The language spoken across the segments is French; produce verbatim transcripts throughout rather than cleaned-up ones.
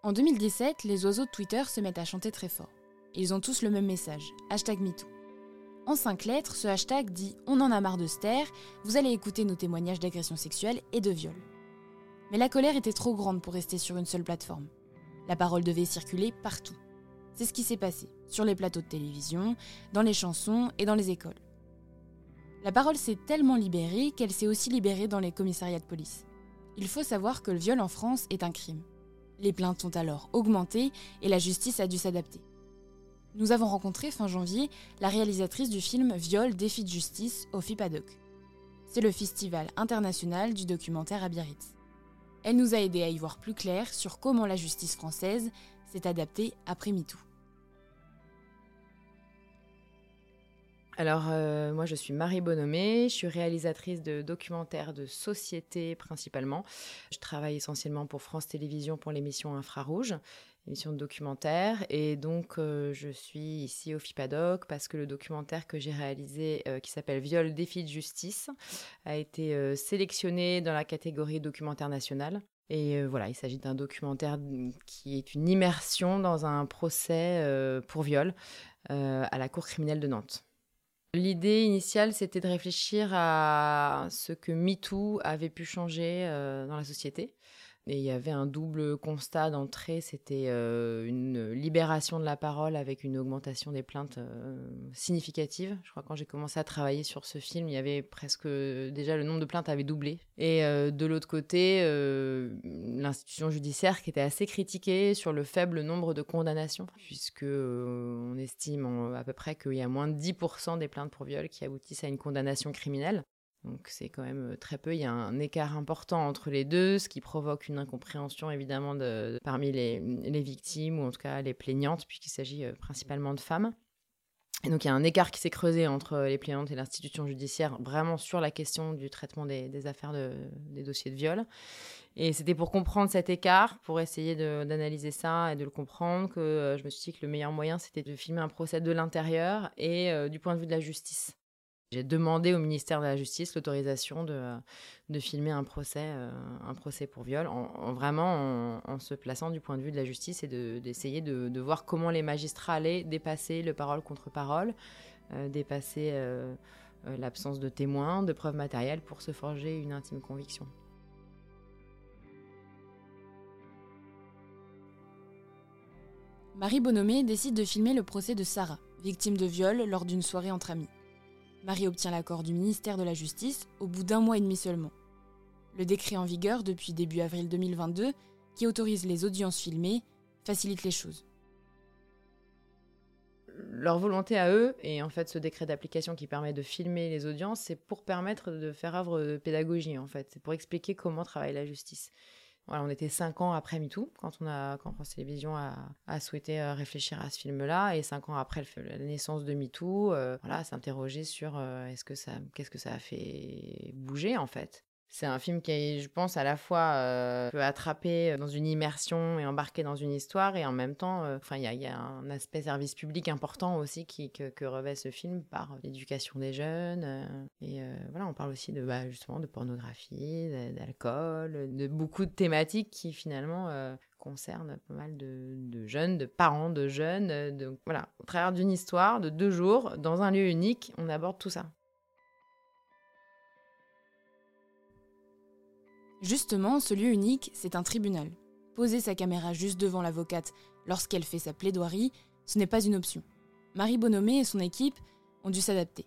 En deux mille dix-sept, les oiseaux de Twitter se mettent à chanter très fort. Ils ont tous le même message, hashtag MeToo. En cinq lettres, ce hashtag dit « On en a marre de se taire, vous allez écouter nos témoignages d'agression sexuelle et de viol ». Mais la colère était trop grande pour rester sur une seule plateforme. La parole devait circuler partout. C'est ce qui s'est passé, sur les plateaux de télévision, dans les chansons et dans les écoles. La parole s'est tellement libérée qu'elle s'est aussi libérée dans les commissariats de police. Il faut savoir que le viol en France est un crime. Les plaintes sont alors augmentées et la justice a dû s'adapter. Nous avons rencontré fin janvier la réalisatrice du film Viol, défi de justice au FIPADOC. C'est le festival international du documentaire à Biarritz. Elle nous a aidés à y voir plus clair sur comment la justice française s'est adaptée après MeToo. Alors, euh, moi, je suis Marie Bonomé, je suis réalisatrice de documentaires de société principalement. Je travaille essentiellement pour France Télévisions pour l'émission Infrarouge, émission de documentaire. Et donc, euh, je suis ici au FIPADOC parce que le documentaire que j'ai réalisé, euh, qui s'appelle Viol, défi de justice, a été euh, sélectionné dans la catégorie documentaire national. Et euh, voilà, il s'agit d'un documentaire qui est une immersion dans un procès euh, pour viol euh, à la Cour criminelle de Nantes. L'idée initiale, c'était de réfléchir à ce que MeToo avait pu changer euh, dans la société. Et il y avait un double constat d'entrée, c'était euh, une libération de la parole avec une augmentation des plaintes euh, significative. Je crois que quand j'ai commencé à travailler sur ce film, il y avait presque... Déjà, le nombre de plaintes avait doublé. Et euh, de l'autre côté, euh, l'institution judiciaire qui était assez critiquée sur le faible nombre de condamnations, puisque euh, on estime en, à peu près qu'il y a moins de dix pour cent des plaintes pour viol qui aboutissent à une condamnation criminelle. Donc c'est quand même très peu, il y a un écart important entre les deux, ce qui provoque une incompréhension évidemment de, de, parmi les, les victimes, ou en tout cas les plaignantes, puisqu'il s'agit euh, principalement de femmes. Et donc il y a un écart qui s'est creusé entre les plaignantes et l'institution judiciaire, vraiment sur la question du traitement des, des affaires, de, des dossiers de viol. Et c'était pour comprendre cet écart, pour essayer de, d'analyser ça et de le comprendre, que euh, je me suis dit que le meilleur moyen, c'était de filmer un procès de l'intérieur et euh, du point de vue de la justice. J'ai demandé au ministère de la Justice l'autorisation de, de filmer un procès, euh, un procès pour viol, en, en vraiment en, en se plaçant du point de vue de la justice et de, d'essayer de, de voir comment les magistrats allaient dépasser le parole contre parole, euh, dépasser euh, euh, l'absence de témoins, de preuves matérielles pour se forger une intime conviction. Marie Bonomé décide de filmer le procès de Sarah, victime de viol lors d'une soirée entre amis. Marie obtient l'accord du ministère de la Justice au bout d'un mois et demi seulement. Le décret en vigueur depuis début avril deux mille vingt-deux, qui autorise les audiences filmées, facilite les choses. Leur volonté à eux, et en fait ce décret d'application qui permet de filmer les audiences, c'est pour permettre de faire œuvre de pédagogie en fait, c'est pour expliquer comment travaille la justice. Voilà, on était cinq ans après MeToo, quand, on a, quand France Télévisions a, a souhaité euh, réfléchir à ce film-là, et cinq ans après le, la naissance de MeToo, euh, voilà, s'interroger sur euh, est-ce que ça, qu'est-ce que ça a fait bouger en fait. C'est un film qui, je pense, à la fois euh, peut attraper dans une immersion et embarquer dans une histoire, et en même temps, euh, enfin, il y, y a un aspect service public important aussi qui, que, que revêt ce film par l'éducation des jeunes. Euh, et euh, voilà, on parle aussi de, bah, justement de pornographie, d'alcool, de beaucoup de thématiques qui finalement euh, concernent pas mal de, de jeunes, de parents de jeunes. De, voilà, au travers d'une histoire de deux jours, dans un lieu unique, on aborde tout ça. Justement, ce lieu unique, c'est un tribunal. Poser sa caméra juste devant l'avocate lorsqu'elle fait sa plaidoirie, ce n'est pas une option. Marie Bonomé et son équipe ont dû s'adapter.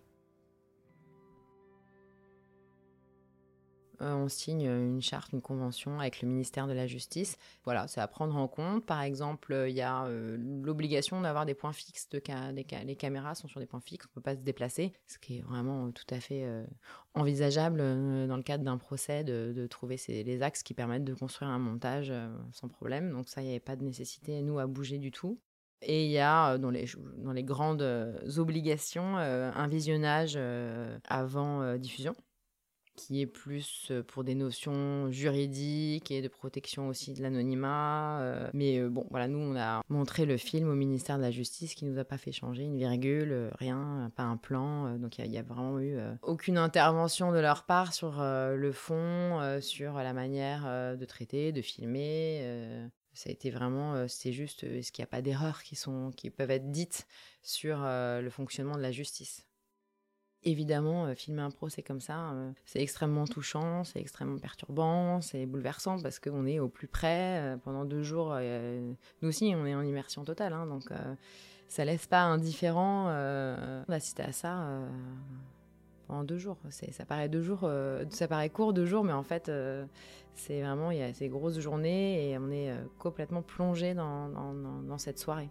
Euh, on signe une charte, une convention avec le ministère de la Justice. Voilà, c'est à prendre en compte. Par exemple, il euh, y a euh, l'obligation d'avoir des points fixes. De ca- des ca- les caméras sont sur des points fixes, on ne peut pas se déplacer. Ce qui est vraiment euh, tout à fait euh, envisageable euh, dans le cadre d'un procès, de, de trouver ces, les axes qui permettent de construire un montage euh, sans problème. Donc ça, il n'y avait pas de nécessité, nous, à bouger du tout. Et il y a, dans les, dans les grandes obligations, euh, un visionnage euh, avant euh, diffusion, qui est plus pour des notions juridiques et de protection aussi de l'anonymat. Euh, mais euh, bon, voilà, nous, on a montré le film au ministère de la Justice qui ne nous a pas fait changer une virgule, euh, rien, pas un plan. Euh, donc, il n'y a, a vraiment eu euh, aucune intervention de leur part sur euh, le fond, euh, sur la manière euh, de traiter, de filmer, euh, Ça a été vraiment, euh, c'est juste, euh, est-ce qu'il n'y a pas d'erreurs qui, sont, qui peuvent être dites sur euh, le fonctionnement de la justice ? Évidemment, euh, filmer un procès comme ça, euh, c'est extrêmement touchant, c'est extrêmement perturbant, c'est bouleversant parce qu'on est au plus près euh, pendant deux jours. Euh, nous aussi, on est en immersion totale, hein, donc euh, ça laisse pas indifférent euh, d'assister à ça euh, pendant deux jours. C'est, ça paraît deux jours, euh, ça paraît court deux jours, mais en fait, euh, c'est vraiment, il y a ces grosses journées et on est euh, complètement plongé dans, dans, dans, dans cette soirée.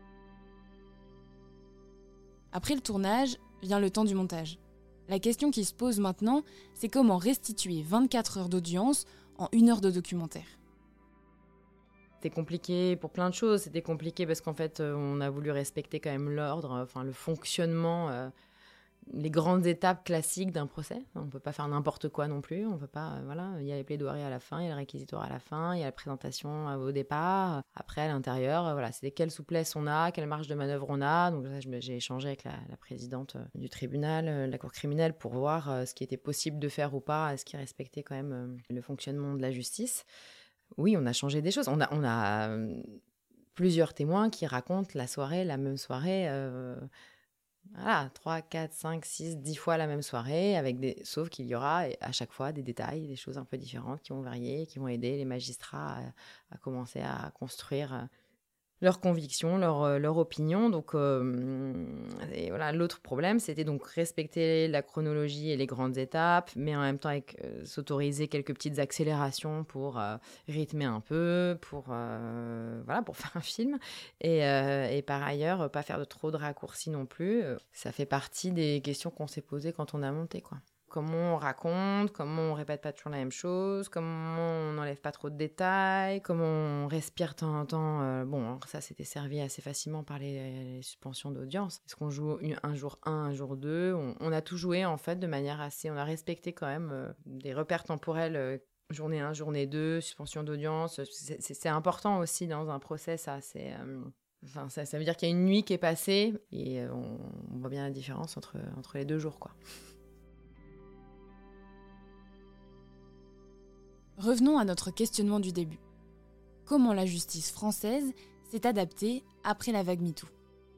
Après le tournage, vient le temps du montage. La question qui se pose maintenant, c'est comment restituer vingt-quatre heures d'audience en une heure de documentaire. C'était compliqué pour plein de choses. C'était compliqué parce qu'en fait, on a voulu respecter quand même l'ordre, enfin le fonctionnement, euh, les grandes étapes classiques d'un procès. On ne peut pas faire n'importe quoi non plus. On peut pas, euh, voilà, il y a les plaidoiries à la fin, il y a le réquisitoire à la fin, il y a la présentation au départ. Après, à l'intérieur, euh, voilà, c'est quelle souplesse on a, quelle marge de manœuvre on a. Donc ça, j'ai échangé avec la, la présidente du tribunal, euh, la cour criminelle, pour voir euh, ce qui était possible de faire ou pas, est-ce qui respectait quand même euh, le fonctionnement de la justice. Oui, on a changé des choses. On a, on a euh, plusieurs témoins qui racontent la soirée, la même soirée, euh, voilà, trois, quatre, cinq, six, dix fois la même soirée, avec des... sauf qu'il y aura à chaque fois des détails, des choses un peu différentes qui vont varier, qui vont aider les magistrats à, à commencer à construire leurs convictions, leur, leur opinion. Donc, euh, et voilà, l'autre problème, c'était donc respecter la chronologie et les grandes étapes, mais en même temps avec, euh, s'autoriser quelques petites accélérations pour euh, rythmer un peu, pour, euh, voilà, pour faire un film. Et, euh, et par ailleurs, pas faire de trop de raccourcis non plus. Ça fait partie des questions qu'on s'est posées quand on a monté, quoi. Comment on raconte, comment on répète pas toujours la même chose, comment on n'enlève pas trop de détails, comment on respire de temps en temps. Euh, bon, ça, c'était servi assez facilement par les, les suspensions d'audience. Est-ce qu'on joue une, un jour un, un jour deux on, on a tout joué, en fait, de manière assez... On a respecté quand même euh, des repères temporels, euh, journée un, journée deux, suspension d'audience. C'est, c'est, c'est important aussi dans un procès, ça. C'est... Euh, Enfin, ça, ça veut dire qu'il y a une nuit qui est passée et euh, on, on voit bien la différence entre, entre les deux jours, quoi. Revenons à notre questionnement du début. Comment la justice française s'est adaptée après la vague MeToo ?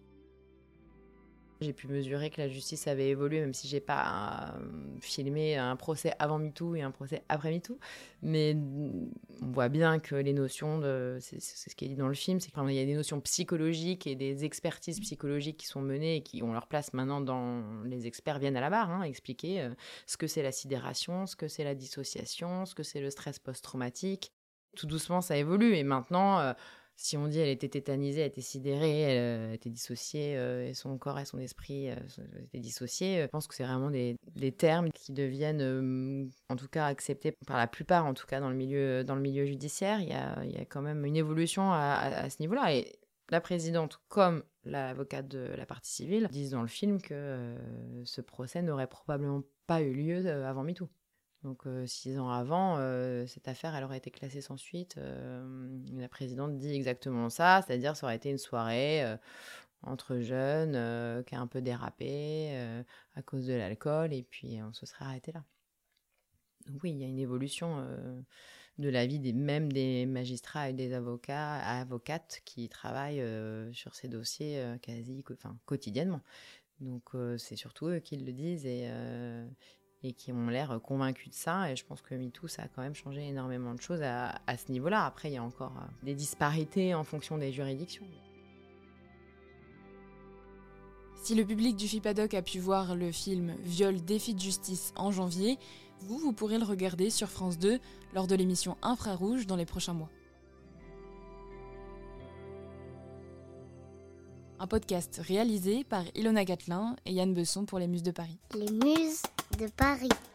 J'ai pu mesurer que la justice avait évolué, même si j'ai pas euh, filmé un procès avant MeToo et un procès après MeToo. Mais on voit bien que les notions, de, c'est, c'est ce qui est dit dans le film, c'est qu'il y a des notions psychologiques et des expertises psychologiques qui sont menées et qui ont leur place maintenant dans... Les experts viennent à la barre, hein, expliquer euh, ce que c'est la sidération, ce que c'est la dissociation, ce que c'est le stress post-traumatique. Tout doucement, ça évolue. Et maintenant... Euh, Si on dit elle était tétanisée, elle était sidérée, elle euh, était dissociée, euh, et son corps et son esprit euh, étaient dissociés, euh, je pense que c'est vraiment des, des termes qui deviennent, euh, en tout cas, acceptés par la plupart, en tout cas dans le milieu, dans le milieu judiciaire. Il y a, il y a quand même une évolution à, à, à ce niveau-là. Et la présidente, comme l'avocate de la partie civile, disent dans le film que euh, ce procès n'aurait probablement pas eu lieu euh, avant MeToo. Donc, euh, six ans avant, euh, cette affaire, elle aurait été classée sans suite. Euh, la présidente dit exactement ça, c'est-à-dire ça aurait été une soirée euh, entre jeunes euh, qui a un peu dérapé euh, à cause de l'alcool, et puis on se serait arrêté là. Donc oui, il y a une évolution euh, de la vie des, même des magistrats et des avocats, avocates qui travaillent euh, sur ces dossiers euh, quasi enfin, quotidiennement. Donc euh, c'est surtout eux qui le disent et... Euh, et qui ont l'air convaincus de ça. Et je pense que MeToo, ça a quand même changé énormément de choses à, à ce niveau-là. Après, il y a encore des disparités en fonction des juridictions. Si le public du FIPADOC a pu voir le film Viol, défi de justice en janvier, vous, vous pourrez le regarder sur France deux lors de l'émission Infrarouge dans les prochains mois. Un podcast réalisé par Ilona Gatlin et Yann Besson pour les Muses de Paris. Les Muses de Paris.